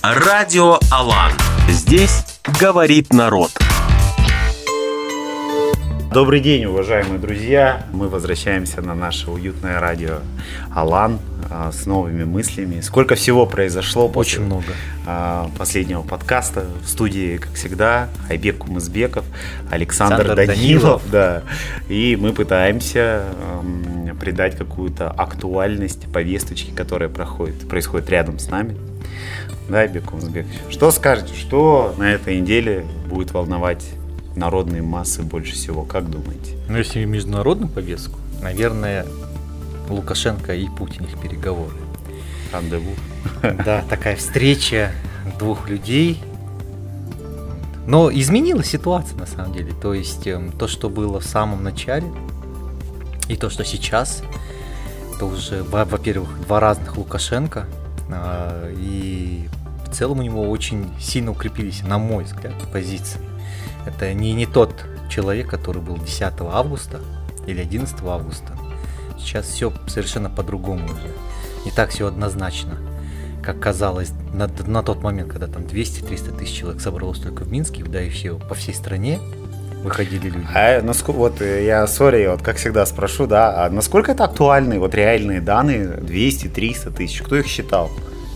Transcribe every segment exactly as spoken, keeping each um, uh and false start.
Радио Алан. Здесь говорит народ. Добрый день, уважаемые друзья! Мы возвращаемся на наше уютное радио Алан с новыми мыслями. Сколько всего произошло после Очень много. последнего подкаста. В студии, как всегда, Айбек Кумызбеков, Александр, Александр Данилов. Данилов. Да. И мы пытаемся эм, придать какую-то актуальность повесточке, которая проходит, происходит рядом с нами. Да, Айбек Кумызбекович? Что скажете, что на этой неделе будет волновать народные массы больше всего, как думаете? Ну, если международную повестку, наверное, Лукашенко и Путин, их переговоры. Рандеву. Да, такая встреча двух людей. Но изменилась ситуация на самом деле. То есть эм, то, что было в самом начале, и то, что сейчас, это уже, во- во-первых, два разных Лукашенко. а, И в целом у него очень сильно укрепились, на мой взгляд, позиции. Это не, не тот человек, который был десятого августа или одиннадцатого августа. Сейчас все совершенно по-другому уже. Не так все однозначно, как казалось на, на тот момент, когда там двести-триста тысяч человек собралось только в Минске, да и все по всей стране выходили люди. А насколько, вот я, сори, вот как всегда спрошу, да, а насколько это актуальные, вот реальные данные, двести-триста тысяч, кто их считал?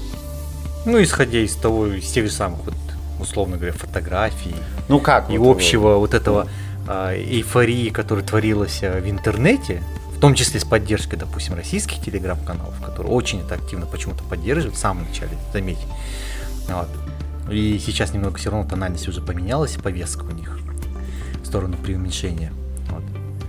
Ну, исходя из того, из тех же самых, вот, условно говоря, фотографий, Ну как? и вот, общего вот этого а, эйфории, которая творилась а, в интернете, в том числе с поддержкой, допустим, российских телеграм-каналов, которые очень это активно почему-то поддерживают в самом начале, заметьте. Вот. И сейчас немного все равно тональность уже поменялась, повестка у них в сторону преуменьшения. Вот.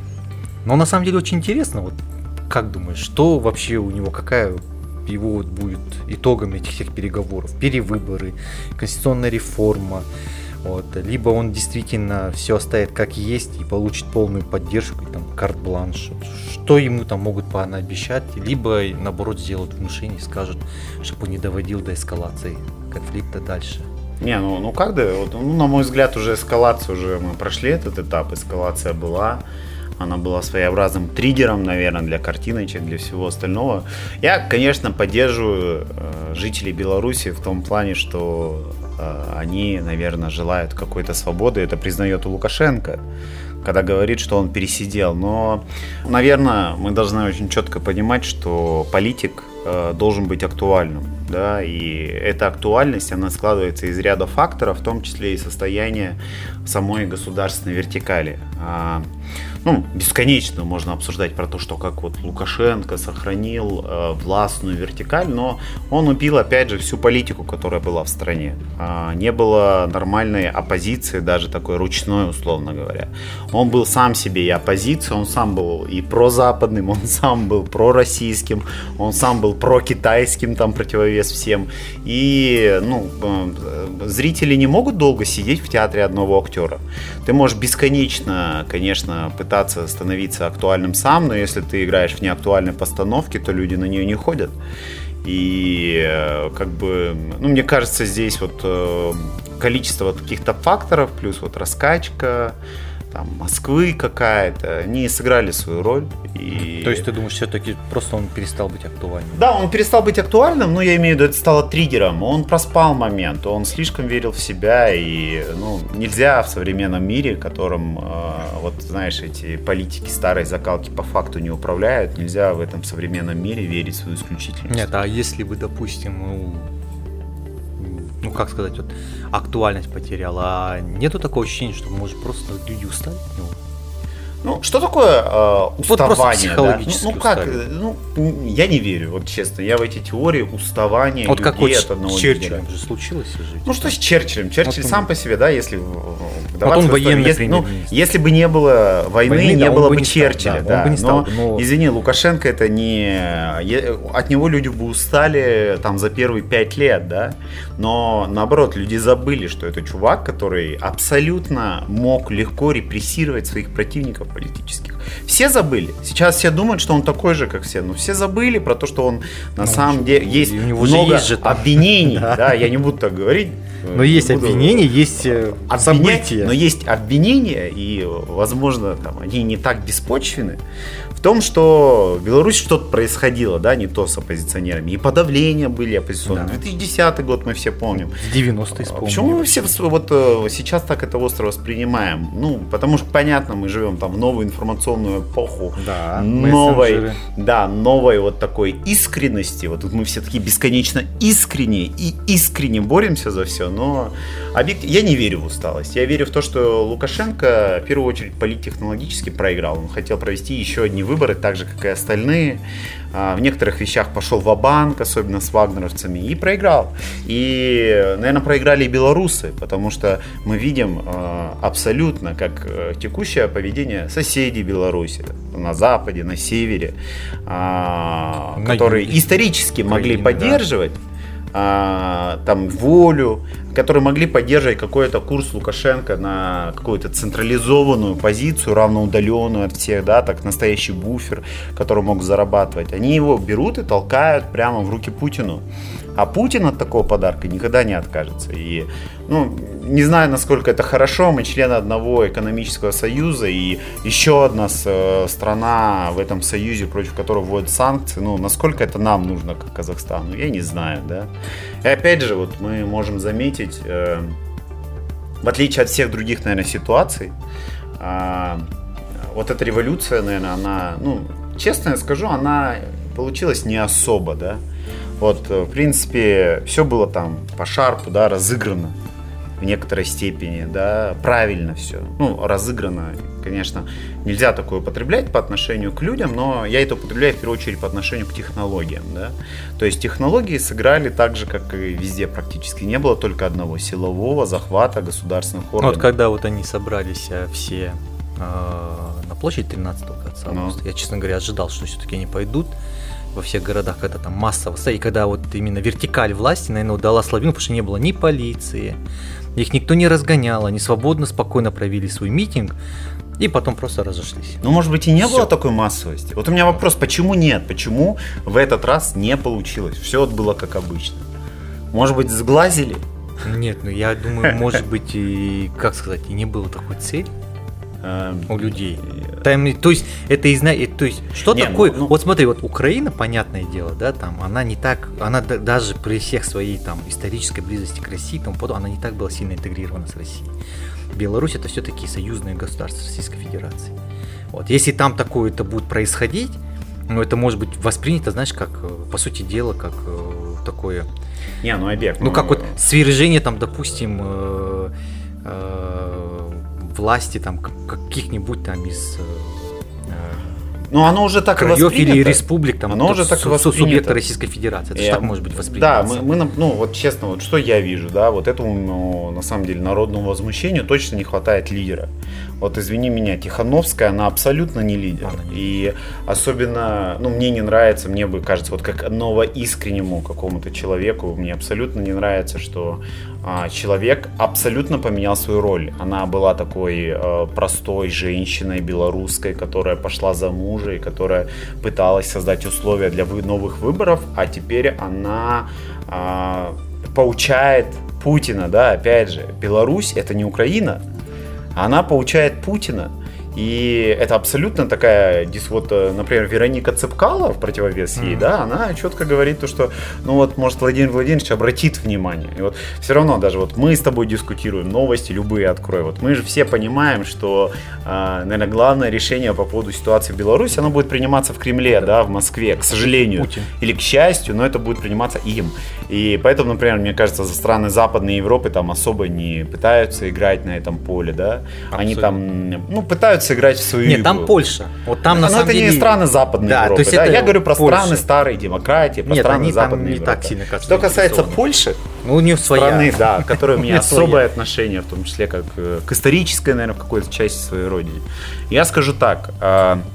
Но на самом деле очень интересно, вот как думаешь, что вообще у него, какая его вот будет итогом этих всех переговоров, перевыборы, конституционная реформа, вот, либо он действительно все оставит как есть и получит полную поддержку, и, там, карт-бланш, что ему там могут пообещать, либо наоборот сделают внушение и скажут, чтобы он не доводил до эскалации конфликта дальше. Не, ну, ну как да, вот, ну, на мой взгляд, уже эскалация, уже мы прошли этот этап, эскалация была. Она была своеобразным триггером, наверное, для картиночек, для всего остального. Я, конечно, поддерживаю э, жителей Беларуси в том плане, что э, они, наверное, желают какой-то свободы. Это признает и Лукашенко, когда говорит, что он пересидел. Но, наверное, мы должны очень четко понимать, что политик э, должен быть актуальным. Да? И эта актуальность, она складывается из ряда факторов, в том числе и состояния самой государственной вертикали. А, ну, бесконечно можно обсуждать про то, что как вот Лукашенко сохранил э, властную вертикаль, но он убил, опять же, всю политику, которая была в стране. А, не было нормальной оппозиции, даже такой ручной, условно говоря. Он был сам себе и оппозиция, он сам был и прозападным, он сам был пророссийским, он сам был прокитайским, там противовес всем. И, ну, э, зрители не могут долго сидеть в театре одного актера. Ты можешь бесконечно, конечно, пытаться становиться актуальным сам, но если ты играешь в неактуальной постановке, то люди на нее не ходят. И как бы, ну, мне кажется, здесь вот количество каких-то факторов, плюс вот раскачка, там, Москвы какая-то, они сыграли свою роль. И... То есть ты думаешь, все-таки просто он перестал быть актуальным? Да, он перестал быть актуальным, но я имею в виду, это стало триггером. Он проспал момент, он слишком верил в себя, и ну, нельзя в современном мире, в котором, э, вот знаешь, эти политики старой закалки по факту не управляют, нельзя в этом современном мире верить в свою исключительность. Нет, а если бы, допустим, ну, ну как сказать, вот актуальность потеряла, а нету такого ощущения, что может просто люди устали от него? Ну, что такое э, уставание? Вот психологически да? Ну, ну как, устали. ну, я не верю, вот честно, я в эти теории уставания Вот людей как вот от одного с лидера. Черчиллем же случилось жить. Ну, что с Черчиллем? Черчилль Вот сам он... по себе, да, если Вот он военный если, ну, премьер-министр. если бы не было войны, Войны, не да, было он бы бы не стал, Черчилля, да, да. он бы не стал, но, но- извини, Лукашенко это не... От него люди бы устали там за первые пять лет, да, но наоборот, люди забыли, что это чувак, который абсолютно мог легко репрессировать своих противников. политических. Все забыли. Сейчас все думают, что он такой же, как все. Но все забыли про то, что он на ну, самом деле... Есть много есть же обвинений. Да. Да, я не буду так говорить. Но есть буду... обвинения, есть события. Но есть обвинения, и, возможно, там, они не так беспочвены, в том, что в Беларуси что-то происходило, да, не то с оппозиционерами. И подавления были оппозиционные. Да. две тысячи десятый год мы все помним. девяностые вспомнили. Почему мы все вот сейчас так это остро воспринимаем? Ну, потому что, понятно, мы живем там в новую информационную эпоху, да, новой, да, новой вот такой искренности. Вот тут мы все такие бесконечно искренние и искренне боремся за все, но объект... я не верю в усталость. Я верю в то, что Лукашенко в первую очередь политтехнологически проиграл. Он хотел провести еще одни выборы, так же, как и остальные. В некоторых вещах пошел ва-банк, особенно с вагнеровцами, и проиграл. И, наверное, проиграли и белорусы, потому что мы видим абсолютно, как текущее поведение соседей Беларуси на западе, на севере, на которые юге. Исторически могли Украине, поддерживать, да. там волю, которые могли поддерживать какой-то курс Лукашенко на какую-то централизованную позицию, равноудаленную от всех, да, так настоящий буфер, который мог зарабатывать. Они его берут и толкают прямо в руки Путину. А Путин от такого подарка никогда не откажется. И, ну, не знаю, насколько это хорошо, мы члены одного экономического союза, и еще одна страна в этом союзе, против которой вводят санкции, ну, насколько это нам нужно, как Казахстану, я не знаю, да. И опять же, вот мы можем заметить, э, в отличие от всех других, наверное, ситуаций, э, вот эта революция, наверное, она, ну, честно я скажу, она получилась не особо, да. Вот, в принципе, все было там по шарпу, да, разыграно в некоторой степени, да, правильно все. Ну, разыграно, конечно, нельзя такое употреблять по отношению к людям, но я это употребляю в первую очередь по отношению к технологиям, да. То есть технологии сыграли так же, как и везде практически. Не было только одного силового захвата государственных органов. Вот когда вот они собрались все э, на площадь тринадцатого августа, я, честно говоря, ожидал, что все-таки они пойдут во всех городах, когда там массово стоит, и когда вот именно вертикаль власти, наверное, дала слабину, потому что не было ни полиции, их никто не разгонял, они свободно, спокойно провели свой митинг и потом просто разошлись. Ну, может быть, и не Все. было такой массовости. Вот у меня вопрос, почему нет? Почему в этот раз не получилось? Все вот было как обычно. Может быть, сглазили? Нет, ну я думаю, может быть, и, как сказать, и не было такой цели у людей. Там, то есть, это и знает, то есть, что не, такое, ну, ну, вот смотри, вот Украина, понятное дело, да, там, она не так, она да, даже при всех своей там исторической близости к России, там, она не так была сильно интегрирована с Россией. Беларусь это все-таки союзное государство Российской Федерации. Вот, если там такое-то будет происходить, ну, это может быть воспринято, знаешь, как, по сути дела, как такое... Не, ну, объект. Ну, ну, как вот свержение, там, допустим, э, э, власти там каких-нибудь там из э, ну, оно уже так краев или республик, там, оно уже так субъекта Российской Федерации. Это же так может быть воспринято. Да, мы, мы, ну, вот честно, вот что я вижу, да, вот этому, ну, на самом деле, народному возмущению точно не хватает лидера. Вот, извини меня, Тихановская, она абсолютно не лидер. Она не. И особенно, ну, мне не нравится, мне бы кажется, вот как новоискреннему какому-то человеку, мне абсолютно не нравится, что а, человек абсолютно поменял свою роль. Она была такой а, простой женщиной белорусской, которая пошла за мужа и которая пыталась создать условия для новых выборов, а теперь она а, поучает Путина, да, опять же, Беларусь это не Украина, она поучает Путина. И это абсолютно такая, вот, например, Вероника Цепкало в противовес ей, mm-hmm. да, она четко говорит то, что, ну вот, может, Владимир Владимирович обратит внимание. И вот все равно даже вот мы с тобой дискутируем, новости любые открой. Вот мы же все понимаем, что, э, наверное, главное решение по поводу ситуации в Беларуси, оно будет приниматься в Кремле, да, да в Москве, к сожалению. Путин. Или к счастью, но это будет приниматься им. И поэтому, например, мне кажется, страны Западной Европы там особо не пытаются играть на этом поле, да. Абсолютно. Они там, ну, пытаются сыграть в свою Нет, игру. там Польша. Вот там, но, на но самом это деле... не страны Западной да, Европы. То да? есть Я говорю про Польша. страны старой демократии, про Нет, страны они Западной не Европы. так сильно, кажется, что касается Польши, ну, у нее своя. Страны, да, которые у меня особое отношение, в том числе как к исторической, наверное, в какой-то части своей родине. Я скажу так.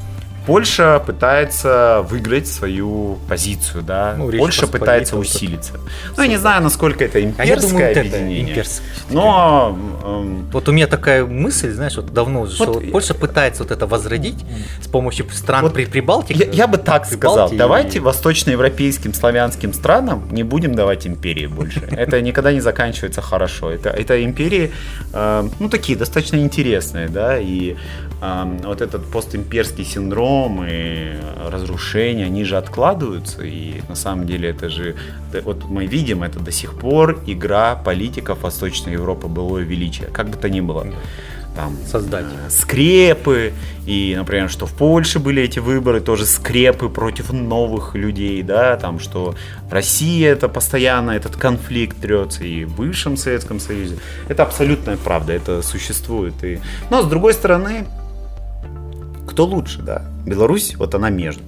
Польша пытается выиграть свою позицию, да. Ну, Польша пытается усилиться. Ну, я не знаю, насколько это имперское а думаю, вот объединение. Это имперское. Но эм... вот у меня такая мысль, знаешь, вот давно уже, вот, что Польша пытается вот это возродить с помощью стран вот при Прибалтики. Я, я бы так сказал. Давайте и... восточноевропейским, славянским странам не будем давать империи больше. Это никогда не заканчивается хорошо. Это, это империи, э, ну, такие достаточно интересные, да, и э, вот этот постимперский синдром и разрушения, они же откладываются, и на самом деле это же, вот мы видим, это до сих пор игра политиков Восточной Европы, былое величие, как бы то ни было. Там, создать э, скрепы, и, например, что в Польше были эти выборы, тоже скрепы против новых людей, да, там, что в России это постоянно этот конфликт трется, и в бывшем Советском Союзе. Это абсолютная правда, это существует. И... Но, с другой стороны, кто лучше, да? Беларусь, вот она между.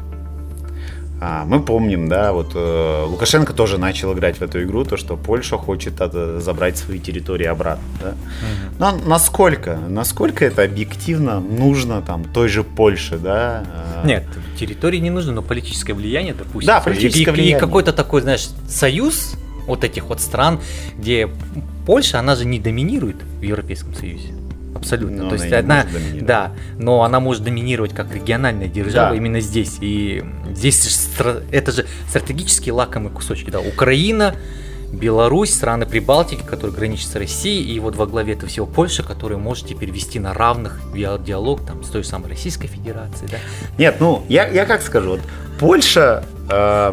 А, мы помним, да, вот э, Лукашенко тоже начал играть в эту игру, то, что Польша хочет от, забрать свои территории обратно, да. Mm-hmm. Но насколько, насколько это объективно нужно там той же Польше, да? Нет, территории не нужно, но политическое влияние, допустим. Да, политическое и, влияние. И какой-то такой, знаешь, союз вот этих вот стран, где Польша, она же не доминирует в Европейском Союзе. Абсолютно. Но То есть она, да, но она может доминировать как региональная держава, да, именно здесь. И здесь это же стратегические лакомые кусочки. Да. Украина, Беларусь, страны Прибалтики, которые граничат с Россией, и вот во главе этого всего Польша, которая может теперь вести на равных диалог там, с той же самой Российской Федерацией. Да. Нет, ну я, я как скажу, вот Польша э,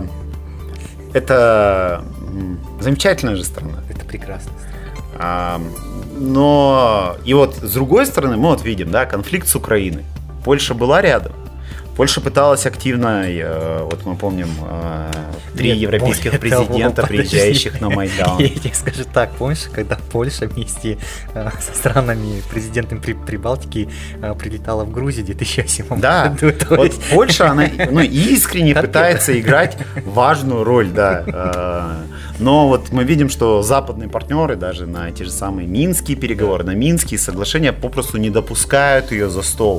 это замечательная же страна. Это прекрасная страна. А, но и вот с другой стороны мы вот видим, да, конфликт с Украиной. Польша была рядом. Польша пыталась активно, вот мы помним, три Нет, европейских более президента, того, приезжающих на Майдан. Я тебе скажу так, помнишь, когда Польша вместе со странами, президентами Прибалтики прилетала в Грузию в две тысячи седьмом да, году. Да, вот Польша, она ну, искренне пытается играть важную роль, да. Но вот мы видим, что западные партнеры даже на те же самые Минские переговоры, на Минские соглашения попросту не допускают ее за стол.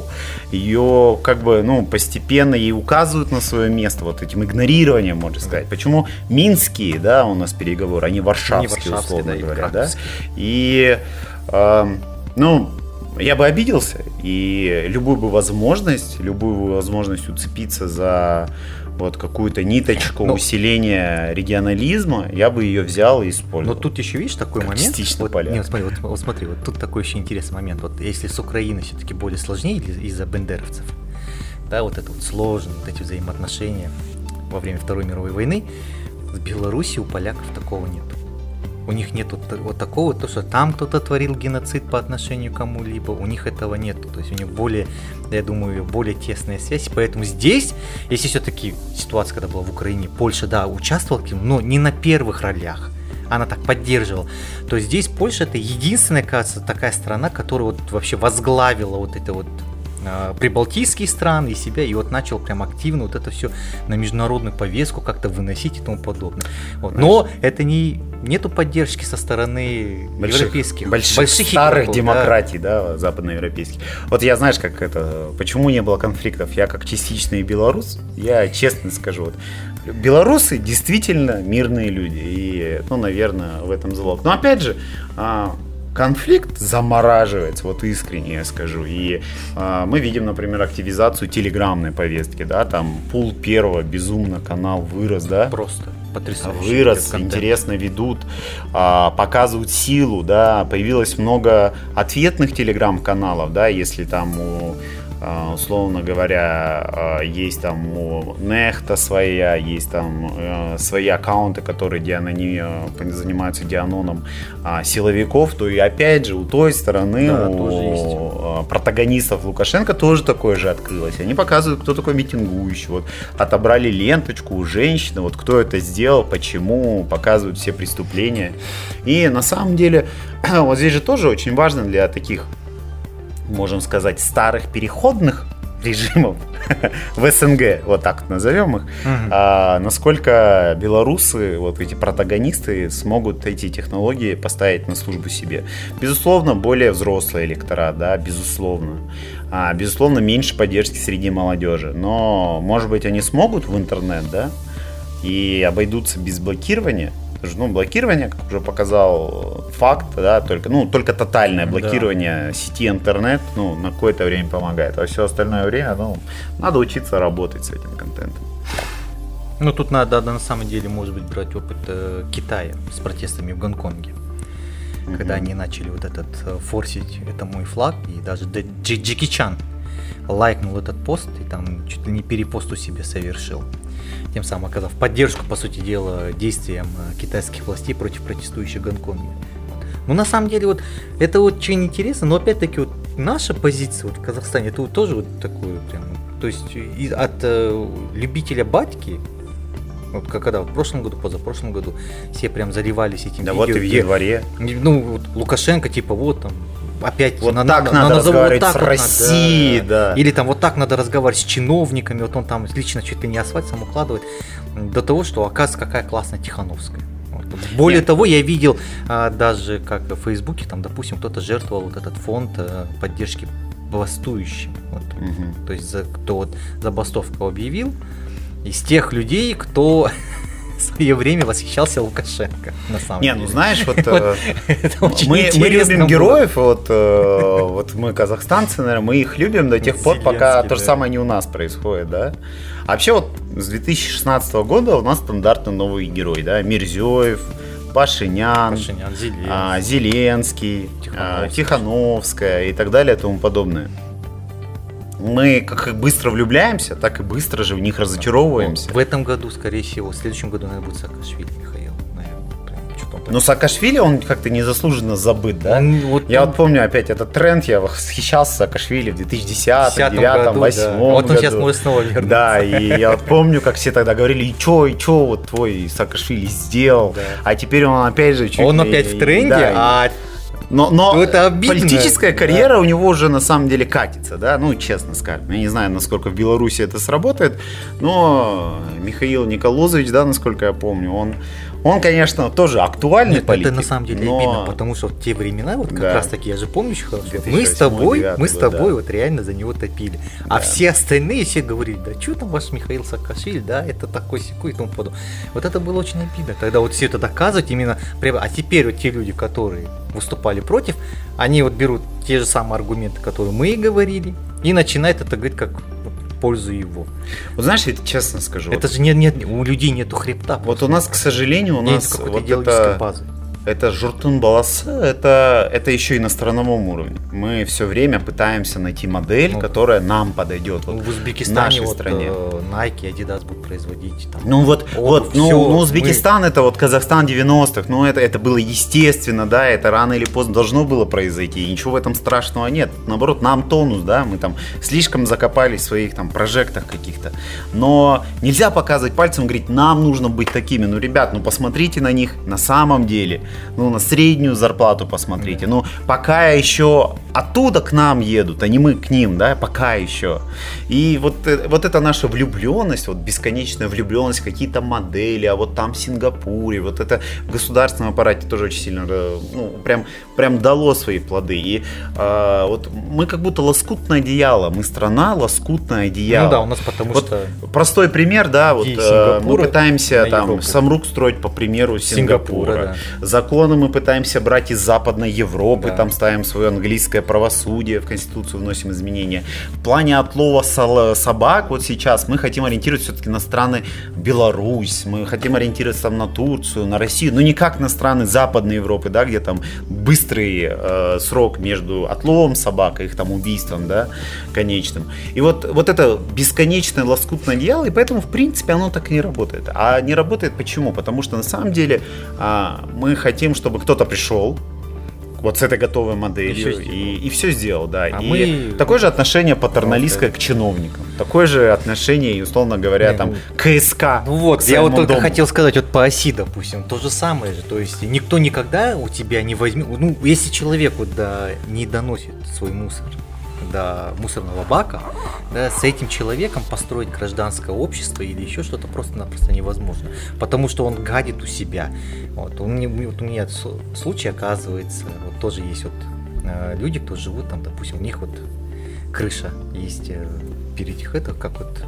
Ее как бы, ну, постепенно ей указывают на свое место, вот этим игнорированием, можно сказать. Почему Минские, да, у нас переговоры, они варшавские, они варшавские условно да, говоря, да. И, э, ну, я бы обиделся, и любую бы возможность, любую возможность уцепиться за вот какую-то ниточку но, усиления регионализма, я бы ее взял и использовал. Но тут еще, видишь, такой момент. Вот, нет, смотри, вот, вот смотри, вот тут такой еще интересный момент. Вот если с Украиной все-таки более сложнее из-за бендеровцев, да, вот это вот сложные вот эти взаимоотношения во время Второй мировой войны, с Белоруссией у поляков такого нет. У них нет вот, вот такого, то, что там кто-то творил геноцид по отношению к кому-либо, у них этого нет. То есть у них более, я думаю, более тесная связь. Поэтому здесь, если все-таки ситуация, когда была в Украине, Польша, да, участвовала, но не на первых ролях, она так поддерживала, то здесь Польша это единственная, кажется, такая страна, которая вот вообще возглавила вот это вот прибалтийские страны и себя, и вот начал прям активно вот это все на международную повестку как-то выносить и тому подобное. Вот. Но это не нету поддержки со стороны больших, европейских, больших, больших старых игроков, демократий, да, да, западноевропейских. Вот я, знаешь, как это, почему не было конфликтов? Я как частичный белорус, я честно скажу, вот, белорусы действительно мирные люди, и, ну, наверное, в этом залог. Но опять же, конфликт замораживается, вот искренне я скажу. И э, мы видим, например, активизацию телеграммной повестки, да, там пул первого безумно канал вырос, да. Просто потрясающе. Вырос, интересно ведут, э, показывают силу, да, появилось много ответных телеграм-каналов, да, если там у условно говоря, есть там у Нехта своя, есть там свои аккаунты, которые дианони, занимаются дианоном силовиков, то и опять же у той стороны, да, у протагонистов Лукашенко тоже такое же открылось. Они показывают, кто такой митингующий. Вот отобрали ленточку у женщины, вот кто это сделал, почему, показывают все преступления. И на самом деле, вот здесь же тоже очень важно для таких, можем сказать, старых переходных режимов в СНГ, вот так вот назовем их, Мгм. а, насколько белорусы, вот эти протагонисты, смогут эти технологии поставить на службу себе. Безусловно, более взрослый электорат, да, безусловно. А, безусловно, меньше поддержки среди молодежи. Но, может быть, они смогут в интернет, да, и обойдутся без блокирования. Потому что, ну, блокирование, как уже показал факт, да, только, ну, только тотальное блокирование да. сети интернет, ну, на какое-то время помогает. А все остальное время, ну, надо учиться работать с этим контентом. Ну, тут надо, на самом деле, может быть, брать опыт э, Китая с протестами в Гонконге. Mm-hmm. Когда они начали вот этот э, форсить «это мой флаг», и даже Дж- Джеки Чан лайкнул этот пост, и там чуть ли не перепост у себя совершил. Тем самым оказав поддержку, по сути дела, действиям китайских властей против протестующих в Гонконге. Ну, на самом деле, вот это очень интересно, но опять-таки вот наша позиция вот в Казахстане, это вот тоже вот такое прям, то есть и от э, любителя батьки, вот когда в прошлом году, позапрошлом году все прям заливались этим да видео. Вот и в январе. Ну, вот Лукашенко, типа, вот там, опять вот на, так на, надо на, разговаривать вот с так Россией, вот надо, да. Или там вот так надо разговаривать с чиновниками, вот он там лично чуть ли не асфальт сам укладывает, до того, что оказывается, какая классная Тихановская. Вот. Более Нет. того, я видел а, даже как в Фейсбуке, там, допустим, кто-то жертвовал вот этот фонд а, поддержки бастующим. Вот. Угу. То есть за, кто вот забастовку объявил, из тех людей, кто в свое время восхищался Лукашенко, на самом Не, деле. ну знаешь, вот, мы, мы любим было. героев, вот, вот мы казахстанцы, наверное, мы их любим до тех пор, пока да. то же самое не у нас происходит, да. А вообще вот с две тысячи шестнадцатого года у нас стандартный новый герой, да, Мирзиёев, Пашинян, Пашинян Зеленский, а, Зеленский Тихановская. Тихановская и так далее и тому подобное. Мы как быстро влюбляемся, так и быстро же в них разочаровываемся. В этом году, скорее всего, в следующем году, наверное, будет Саакашвили, Михаил. Но Саакашвили, он как-то незаслуженно забыт, да? Он, вот, я он... вот помню опять этот тренд, я восхищался Саакашвили в две тысячи десятом, две тысячи девятом, две тысячи восьмом да. Вот он году. сейчас может снова вернуться. Да, и я вот помню, как все тогда говорили, и чё, и чё вот твой Саакашвили сделал, да. А теперь он опять же чуть Он ли... опять в тренде, да, а... Но, но ну, это обидно, политическая да. карьера у него уже на самом деле катится, да, ну честно скажем. Я не знаю, насколько в Беларуси это сработает, но Михаил Николозович, да, насколько я помню, он, он конечно, тоже актуальный Нет, политик. Это на самом деле но... обидно, потому что в те времена, вот как да. раз таки, я же помню еще хорошо, мы с тобой, мы с тобой да. вот реально за него топили. Да. А все остальные все говорили, да что там ваш Михаил Саакашвили, да, это такой секуй и тому подобное. Вот это было очень обидно, тогда вот все это доказывать именно, а теперь вот те люди, которые выступали против, они вот берут те же самые аргументы, которые мы и говорили, и начинают это говорить как в пользу его. Вот знаешь, я честно скажу. Это вот, же нет, нет, у людей нету хребта. Вот у нас, к сожалению, у нет нас вот это, базы. это журтун баласы, это, это еще и на страновом уровне. Мы все время пытаемся найти модель, ну, которая нам подойдет. Вот, в Узбекистане нашей вот, стране. Nike, Adidas будут производить. Там, ну вот, обувь, вот ну, всё, ну, Узбекистан мы... это вот Казахстан девяностых, ну это, это было естественно, да, это рано или поздно должно было произойти, и ничего в этом страшного нет. Наоборот, нам тонус, да, мы там слишком закопались в своих там прожектах каких-то. Но нельзя показывать пальцем и говорить, нам нужно быть такими. Ну, ребят, ну посмотрите на них на самом деле, ну на среднюю зарплату посмотрите. Mm. Ну, пока еще оттуда к нам едут, а не мы к ним, да, пока еще. И вот, вот эта наша влюбленность, вот бесконечная влюбленность в какие-то модели, а вот там в Сингапуре, вот это в государственном аппарате тоже очень сильно, ну, прям, прям дало свои плоды. И э, вот мы как будто лоскутное одеяло, мы страна лоскутное одеяло. Ну да, у нас потому вот что... Простой пример, да, вот э, мы пытаемся там Европу. Самрук строить по примеру Сингапура. Сингапура да. Законы мы пытаемся брать из Западной Европы, да. Там ставим свое английское правосудие, в Конституцию вносим изменения. В плане отлова собак вот сейчас мы хотим ориентироваться все-таки на страны Беларусь, мы хотим ориентироваться там на Турцию, на Россию, но не как на страны Западной Европы, да, где там быстрый э, срок между отловом собак и их там убийством, да, конечным. И вот, вот это бесконечное лоскутное одеяло, и поэтому, в принципе, оно так и не работает. А не работает почему? Потому что на самом деле а, мы хотим, чтобы кто-то пришел вот с этой готовой моделью и, и все сделал, да. А и мы... такое же отношение патерналистское к чиновникам, такое же отношение, условно говоря, не, там ну... к СК. Ну вот, я вот только дому. хотел сказать, вот по оси, допустим, то же самое же, то есть никто никогда у тебя не возьмет, ну, если человек вот, да, не доносит свой мусор до мусорного бака, да, с этим человеком построить гражданское общество или еще что-то просто-напросто невозможно, потому что он гадит у себя. Вот, он, вот у меня случай, оказывается, вот тоже есть вот э, люди, кто живут там, допустим, у них вот крыша есть э, перед их это, как вот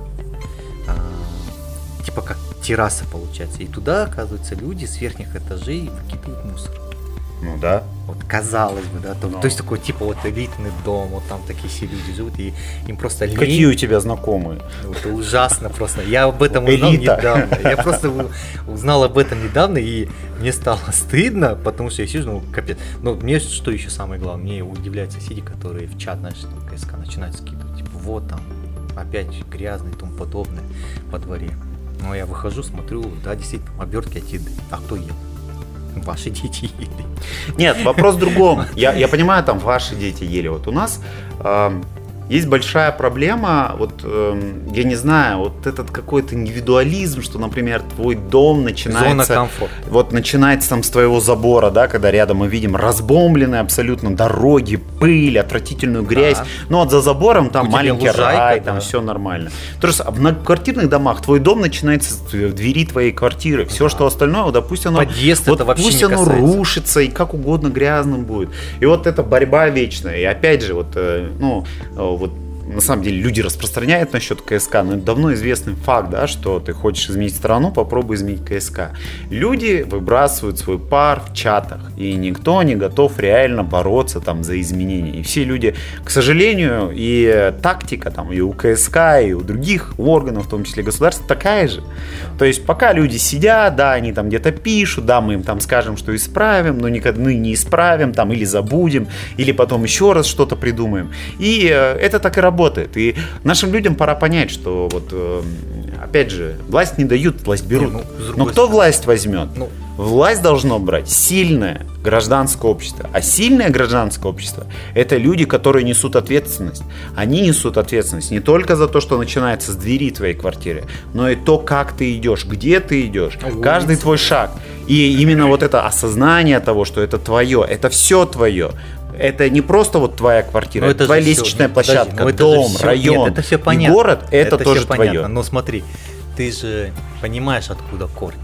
э, типа как терраса получается, и туда, оказывается, люди с верхних этажей выкидывают мусор. Ну да. Вот казалось бы, да, то, Но. то есть такой типа вот элитный дом, вот там такие все люди живут, и им просто лень. Какие у тебя знакомые? Это ужасно просто. Я об этом узнал Элита. недавно. Я просто узнал об этом недавно, и мне стало стыдно, потому что я сижу, ну, капец. Но мне что еще самое главное, мне удивляют соседи, которые в чат, знаешь, там, КСК начинают скидывать, типа, вот там, опять грязно и тому подобное во дворе. Но я выхожу, смотрю, да, действительно, обертки от еды. А кто ел? Ваши дети ели. Нет, вопрос в другом. Я, я понимаю, там ваши дети ели. Вот у нас э, есть большая проблема, вот э, я не знаю, вот этот какой-то индивидуализм, что, например, твой дом начинается... Зона комфорта. Вот начинается там с твоего забора, да, когда рядом мы видим разбомбленные абсолютно дороги, пыль, отвратительную грязь. Да. Ну вот за забором там у маленький лужайка, рай, да. там все нормально. То есть в многоквартирных домах твой дом начинается с двери твоей квартиры. Все, да. Что остальное, вот, пусть оно... Подъезд вот это вообще пусть не оно касается. Рушится и как угодно грязным будет. И вот эта борьба вечная. И опять же, вот, ну, вот на самом деле люди распространяют насчет КСК, но это давно известный факт, да, что ты хочешь изменить страну, попробуй изменить КСК. Люди выбрасывают свой пар в чатах, и никто не готов реально бороться там за изменения. И все люди, к сожалению, и тактика там и у КСК, и у других органов, в том числе государства, такая же. То есть пока люди сидят, да, они там где-то пишут, да, мы им там скажем, что исправим, но никогда ну, не исправим, там, или забудем, или потом еще раз что-то придумаем. И э, это так и работает. И нашим людям пора понять, что вот, э, опять же, власть не дают, власть берут. Не, ну, но кто стороны. Власть возьмет? Ну. Власть должно брать сильное гражданское общество. А сильное гражданское общество – это люди, которые несут ответственность. Они несут ответственность не только за то, что начинается с двери твоей квартиры, но и то, как ты идешь, где ты идешь, а каждый улица. Твой шаг. И именно вот это осознание того, что это твое, это все твое. Это не просто вот твоя квартира, это, это твоя лестничная все, площадка, подожди, дом, все, район, нет, это все понятно. И город, это, это тоже все понятно. твое. Но смотри, ты же понимаешь, откуда корни.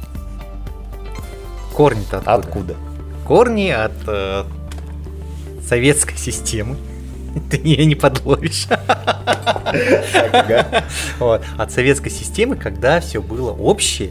Корни-то откуда? Откуда? Корни от э, советской системы. Ты ее не подловишь. От советской системы, когда все было общее,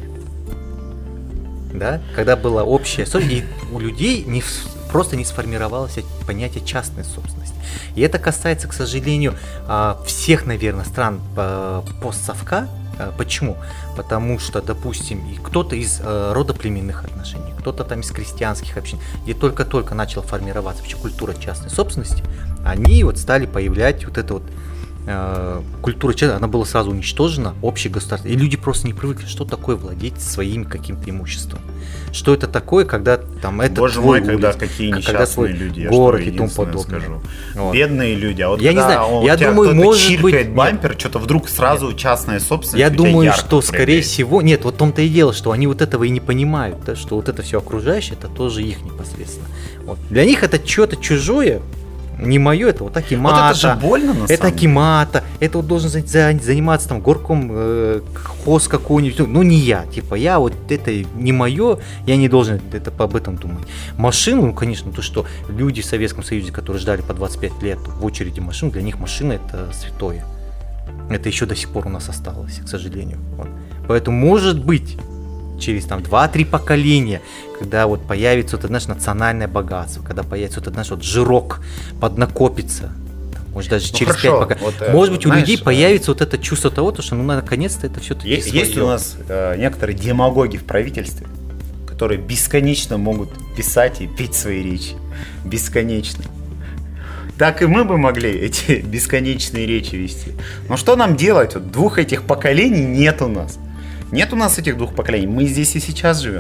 да, когда было общее, и у людей не просто не сформировалось понятие частной собственности. И это касается, к сожалению, всех, наверное, стран постсовка. Почему? Потому что, допустим, кто-то из родоплеменных отношений, кто-то там из крестьянских общин, где только-только начала формироваться вообще культура частной собственности, они вот стали появлять вот это вот культура, она была сразу уничтожена, общее государство. И люди просто не привыкли, что такое владеть своим каким-то имуществом. Что это такое, когда там это Боже твой мой, улиц, когда какие несчастные люди, я город что и тому подобное. Скажу. Вот. Бедные люди. А вот я не знаю, он, я думаю, может быть, бампер, нет. Что-то вдруг сразу нет. Частная собственность. Я думаю, что скорее всего, нет, вот в том-то и дело, что они вот этого и не понимают, да, что вот это все окружающее, это тоже их непосредственно. Вот. Для них это что-то чужое. Не мое, это вот акимата. Вот это же больно, на это акимата, это вот должен заниматься там горком э, хоз какой-нибудь. Ну не я, типа я вот это не мое, я не должен это об этом думать. Машину, ну конечно, то что люди в Советском Союзе, которые ждали по двадцать пять лет в очереди машин, для них машина это святое. Это еще до сих пор у нас осталось, к сожалению. Вот. Поэтому может быть через там два-три поколения, когда вот появится вот это, знаешь, национальное богатство, когда появится вот это, знаешь, вот жирок поднакопится, там, может даже ну через пять поколений, вот, может быть, знаешь, у людей появится вот это чувство того, что ну наконец-то это все-таки есть, свое. Есть у нас э, некоторые демагоги в правительстве, которые бесконечно могут писать и петь свои речи, бесконечно. Так и мы бы могли эти бесконечные речи вести. Но что нам делать? Вот двух этих поколений нет у нас. Нет у нас этих двух поколений, мы здесь и сейчас живем.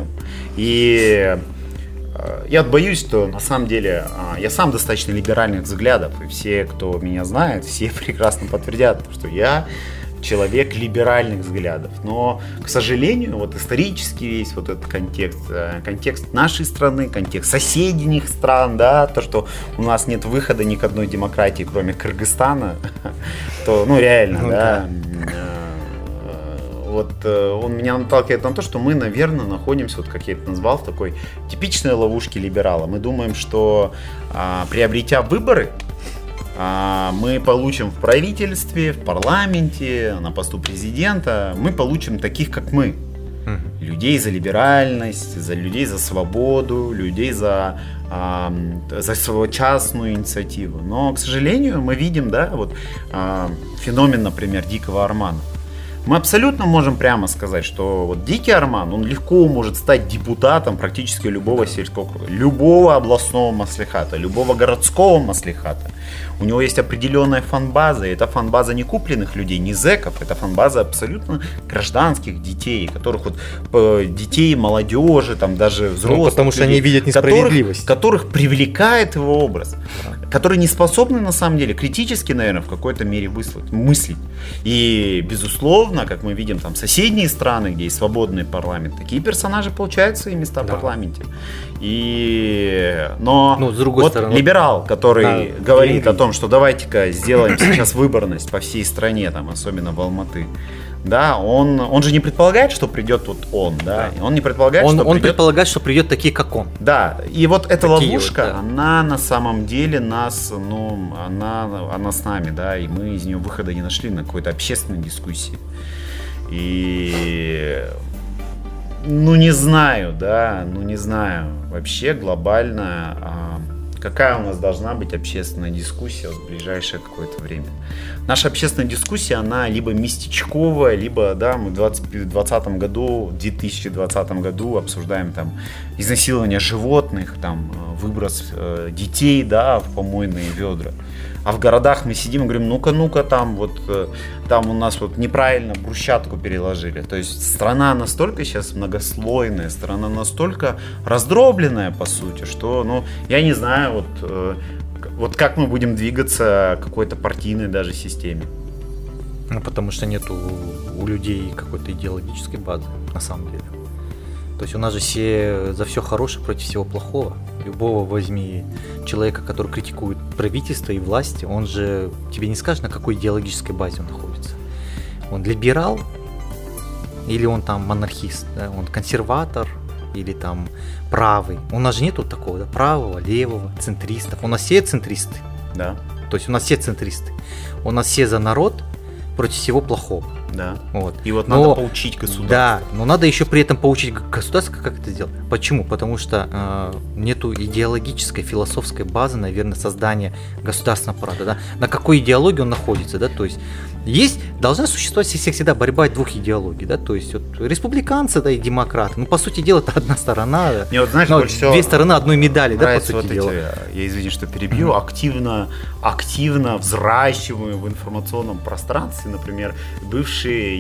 И э, я боюсь, что на самом деле э, я сам достаточно либеральных взглядов, и все, кто меня знает, все прекрасно подтвердят, что я человек либеральных взглядов. Но, к сожалению, вот исторически весь вот этот контекст, контекст нашей страны, контекст соседних стран, да, то, что у нас нет выхода ни к одной демократии, кроме Кыргызстана, то, ну, реально, ну, да, да. Вот он меня наталкивает на то, что мы, наверное, находимся, вот как я это назвал, в такой типичной ловушке либерала. Мы думаем, что а, приобретя выборы, а, мы получим в правительстве, в парламенте, на посту президента, мы получим таких, как мы. Mm-hmm. Людей за либеральность, за людей за свободу, людей за, а, за свою частную инициативу. Но, к сожалению, мы видим, да, вот а, феномен, например, Дикого Армана. Мы абсолютно можем прямо сказать, что вот Дикий Арман, он легко может стать депутатом практически любого сельского округа, любого областного маслихата, любого городского маслихата. У него есть определенная фан-база, и это фан-база не купленных людей, не зэков, это фан-база абсолютно гражданских детей, которых вот детей, молодежи, там даже взрослых. Ну, потому что людей, они видят несправедливость. Которых, которых привлекает его образ, да. Которые не способны на самом деле критически, наверное, в какой-то мере выслать, мыслить. И, безусловно, как мы видим, там соседние страны, где есть свободный парламент, такие персонажи получают свои места да. в парламенте. И... Но ну, с другой вот стороны, либерал, который да, говорит о том, что давайте-ка сделаем сейчас выборность по всей стране, там, особенно в Алматы, да, он, он же не предполагает, что придет вот он, да, да. он не предполагает, он, что он придет... предполагает, что придет такие, как он. Да, и вот эта такие ловушка, вот, да. она на самом деле нас, ну, она, она с нами, да, и мы из нее выхода не нашли на какой-то общественной дискуссии. И... Ну, не знаю, да, ну, не знаю, вообще глобально, а, какая у нас должна быть общественная дискуссия в ближайшее какое-то время. Наша общественная дискуссия, она либо местечковая, либо, да, мы в двадцатом году, в две тысячи двадцатом году обсуждаем там изнасилование животных, там, выброс э, детей, да, в помойные ведра. А в городах мы сидим и говорим, ну-ка, ну-ка, там вот, там у нас вот неправильно брусчатку переложили. То есть страна настолько сейчас многослойная, страна настолько раздробленная, по сути, что, ну, я не знаю, вот, вот как мы будем двигаться к какой-то партийной даже системе. Ну, потому что нету у людей какой-то идеологической базы, на самом деле. То есть у нас же все за все хорошее против всего плохого. Любого возьми человека, который критикует правительство и власти, он же тебе не скажет, на какой идеологической базе он находится. Он либерал или он там монархист, да? Он консерватор или там правый. У нас же нету такого, да? Правого, левого, центристов. У нас все центристы. Да. То есть у нас все центристы. У нас все за народ против всего плохого. Да. Вот. И вот но, надо поучить государство. Да, но надо еще при этом поучить государство, как это сделать. Почему? Потому что э, нету идеологической, философской базы, наверное, создания государственного аппарата. Да? На какой идеологии он находится, да? То есть есть, должна существовать всегда борьба двух идеологий, да, то есть вот, республиканцы, да, и демократы. Ну, по сути дела, это одна сторона, Мне вот, знаешь, ну, две стороны одной медали, да, по сути вот дела. Эти, я извини, что перебью, mm-hmm. активно, активно взращиваем в информационном пространстве, например, бывшие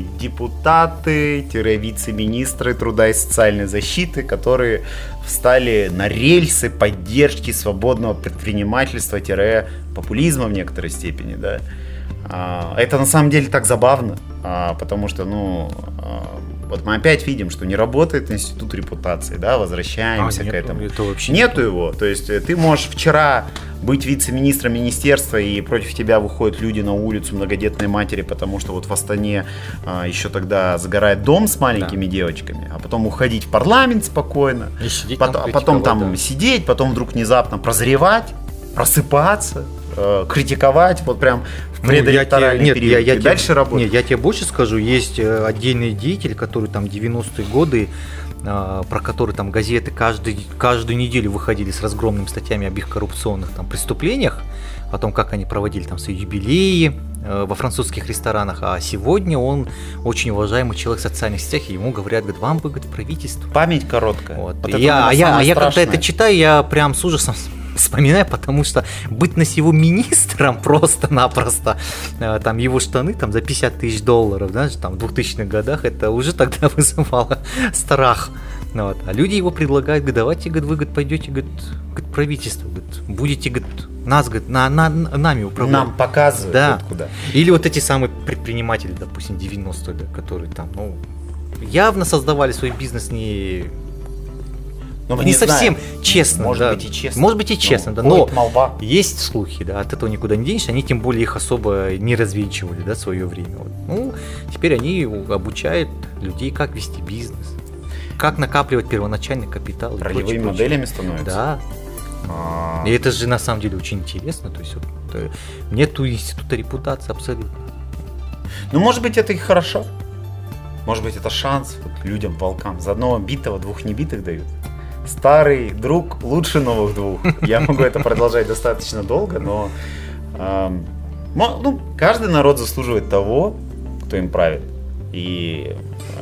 депутаты-вице-министры труда и социальной защиты, которые встали на рельсы поддержки свободного предпринимательства-популизма в некоторой степени, да. Это на самом деле так забавно, потому что, ну, вот мы опять видим, что не работает институт репутации, да, возвращаемся а, нету, к этому. Это вообще нету его, то есть ты можешь вчера быть вице-министром министерства, и против тебя выходят люди на улицу, многодетные матери, потому что вот в Астане а, еще тогда загорает дом с маленькими да. девочками, а потом уходить в парламент спокойно, потом, там, потом там да. сидеть, потом вдруг внезапно прозревать, просыпаться, э, критиковать, вот прям в предэлекторальный ну, период, я, я, и дальше работать. Нет, я тебе больше скажу, есть отдельные деятели, которые там девяностые годы, э, про которые там газеты каждый, каждую неделю выходили с разгромными статьями об их коррупционных там преступлениях, о том, как они проводили там свои юбилеи э, во французских ресторанах, а сегодня он очень уважаемый человек в социальных сетях, и ему говорят, говорят, вам бы, говорит, правительство. Память короткая. Вот. Вот я, а я, а я когда это читаю, я прям с ужасом вспоминаю, потому что быть его министром просто-напросто, там его штаны там за пятьдесят тысяч долларов, знаешь, там в двухтысячных годах, это уже тогда вызывало страх. Ну, вот. А люди его предлагают, говорят, давайте, говорит, вы, говорит, пойдете, говорит, говорит, правительство, говорит, будете, говорит, нас, говорит, на, на, нами управлять. Нам показывают, да. вот куда. Или вот эти самые предприниматели, допустим, девяностые, да, которые там, ну, явно создавали свой бизнес не... Но мы не, не совсем знаем. честно. Может да. быть и честно. Может быть и честно, ну, да. Но молва. есть слухи, да, от этого никуда не денешься. Они тем более их особо не развенчивали, да, в свое время. Вот. Ну, теперь они обучают людей, как вести бизнес, как накапливать первоначальный капитал. Ролевыми моделями становятся? Да. А-а-а. И это же на самом деле очень интересно. То есть вот, э, нету института репутации абсолютно. Ну, может быть, это и хорошо. Может быть, это шанс вот, людям, волкам. За одного битого двух небитых дают. Старый друг лучше новых двух. Я могу это продолжать достаточно долго, но эм, ну, каждый народ заслуживает того, кто им правит. И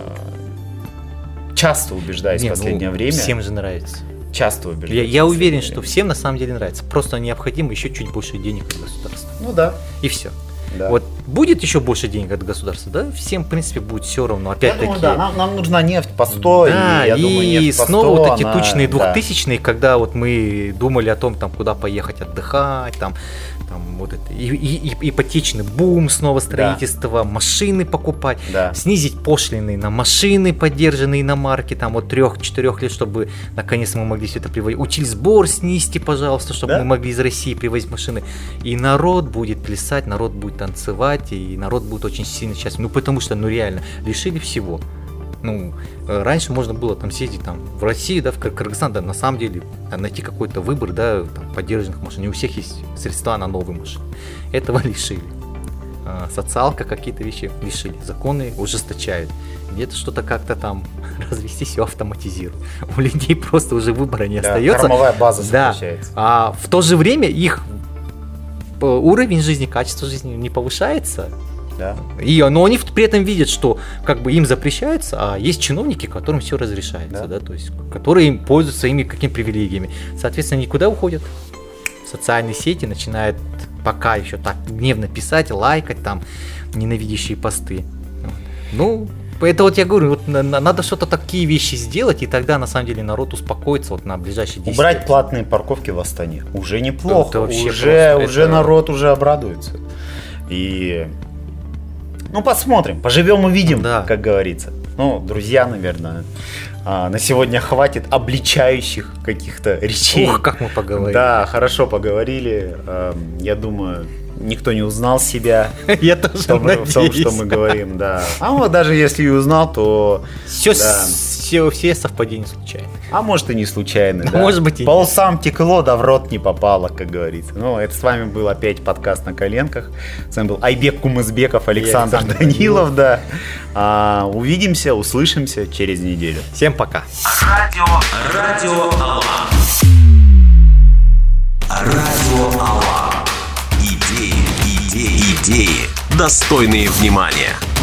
э, часто убеждаюсь Не, в последнее ну, время. Всем же нравится. Часто Я, убеждаюсь. я уверен, время. что всем на самом деле нравится. Просто необходимо еще чуть больше денег от государства. Ну да. И все. Да. Вот будет еще больше денег от государства, да, всем, в принципе, будет все равно. Опять-таки. Я думаю, да, нам, нам нужна нефть по сто, Да, и, я и думаю, нефть по снова сто, вот эти она, тучные да. двухтысячные, когда вот мы думали о том, там, куда поехать отдыхать, там, там вот это, и, и, и, ипотечный бум, снова строительство, да. машины покупать, Да. снизить пошлины на машины, поддержанные иномарки, там, от трех-четырех лет, чтобы наконец мы могли все это привозить. Утильсбор снизьте, пожалуйста, чтобы Да. мы могли из России привозить машины. И народ будет плясать, народ будет танцевать, и народ будет очень сильно счастлив. Ну, потому что, ну, реально, лишили всего. Ну, раньше можно было там съездить там, в Россию, да, в Кыргызстан, да, на самом деле, там, найти какой-то выбор, да, там, поддержанных машин. Не у всех есть средства на новые машины. Этого лишили. А, социалка, какие-то вещи лишили. Законы ужесточают. Где-то что-то как-то там развести, все автоматизируют. У людей просто уже выбора не Да, остается. кормовая база Да. сокращается. А в то же время их уровень жизни, качество жизни не повышается. Да. И, но они при этом видят, что как бы им запрещается, а есть чиновники, которым все разрешается, Да. да, то есть, которые им пользуются ими какими привилегиями. Соответственно, никуда уходят. В социальные сети начинают пока еще так гневно писать, лайкать там ненавидящие посты. Вот. Ну, это вот я говорю, вот на- на- надо что-то такие вещи сделать, и тогда на самом деле народ успокоится вот на ближайшие десять Убрать лет. платные парковки в Астане. Уже неплохо. Это вообще уже просто, уже это- народ уже обрадуется. И ну посмотрим, поживем увидим, Да. как говорится. Ну, друзья, наверное, а, на сегодня хватит обличающих каких-то речей. Ух, как мы поговорили. Да, хорошо поговорили. Эм, Я думаю, никто не узнал себя Я тоже в том, в том, надеюсь. что мы говорим, да. А вот даже если и узнал, то Все, да. все, все совпадения случайны. а может и не случайно, да. Может быть и По нет. усам текло, да в рот не попало, как говорится. Ну, это с вами был опять подкаст «На коленках». С вами был Айбек Кумызбеков, Александр, Александр Данилов, да. А, увидимся, услышимся через неделю. Всем пока. Радио, радио Алан. Радио Алан. Идеи, идеи, идеи, достойные внимания.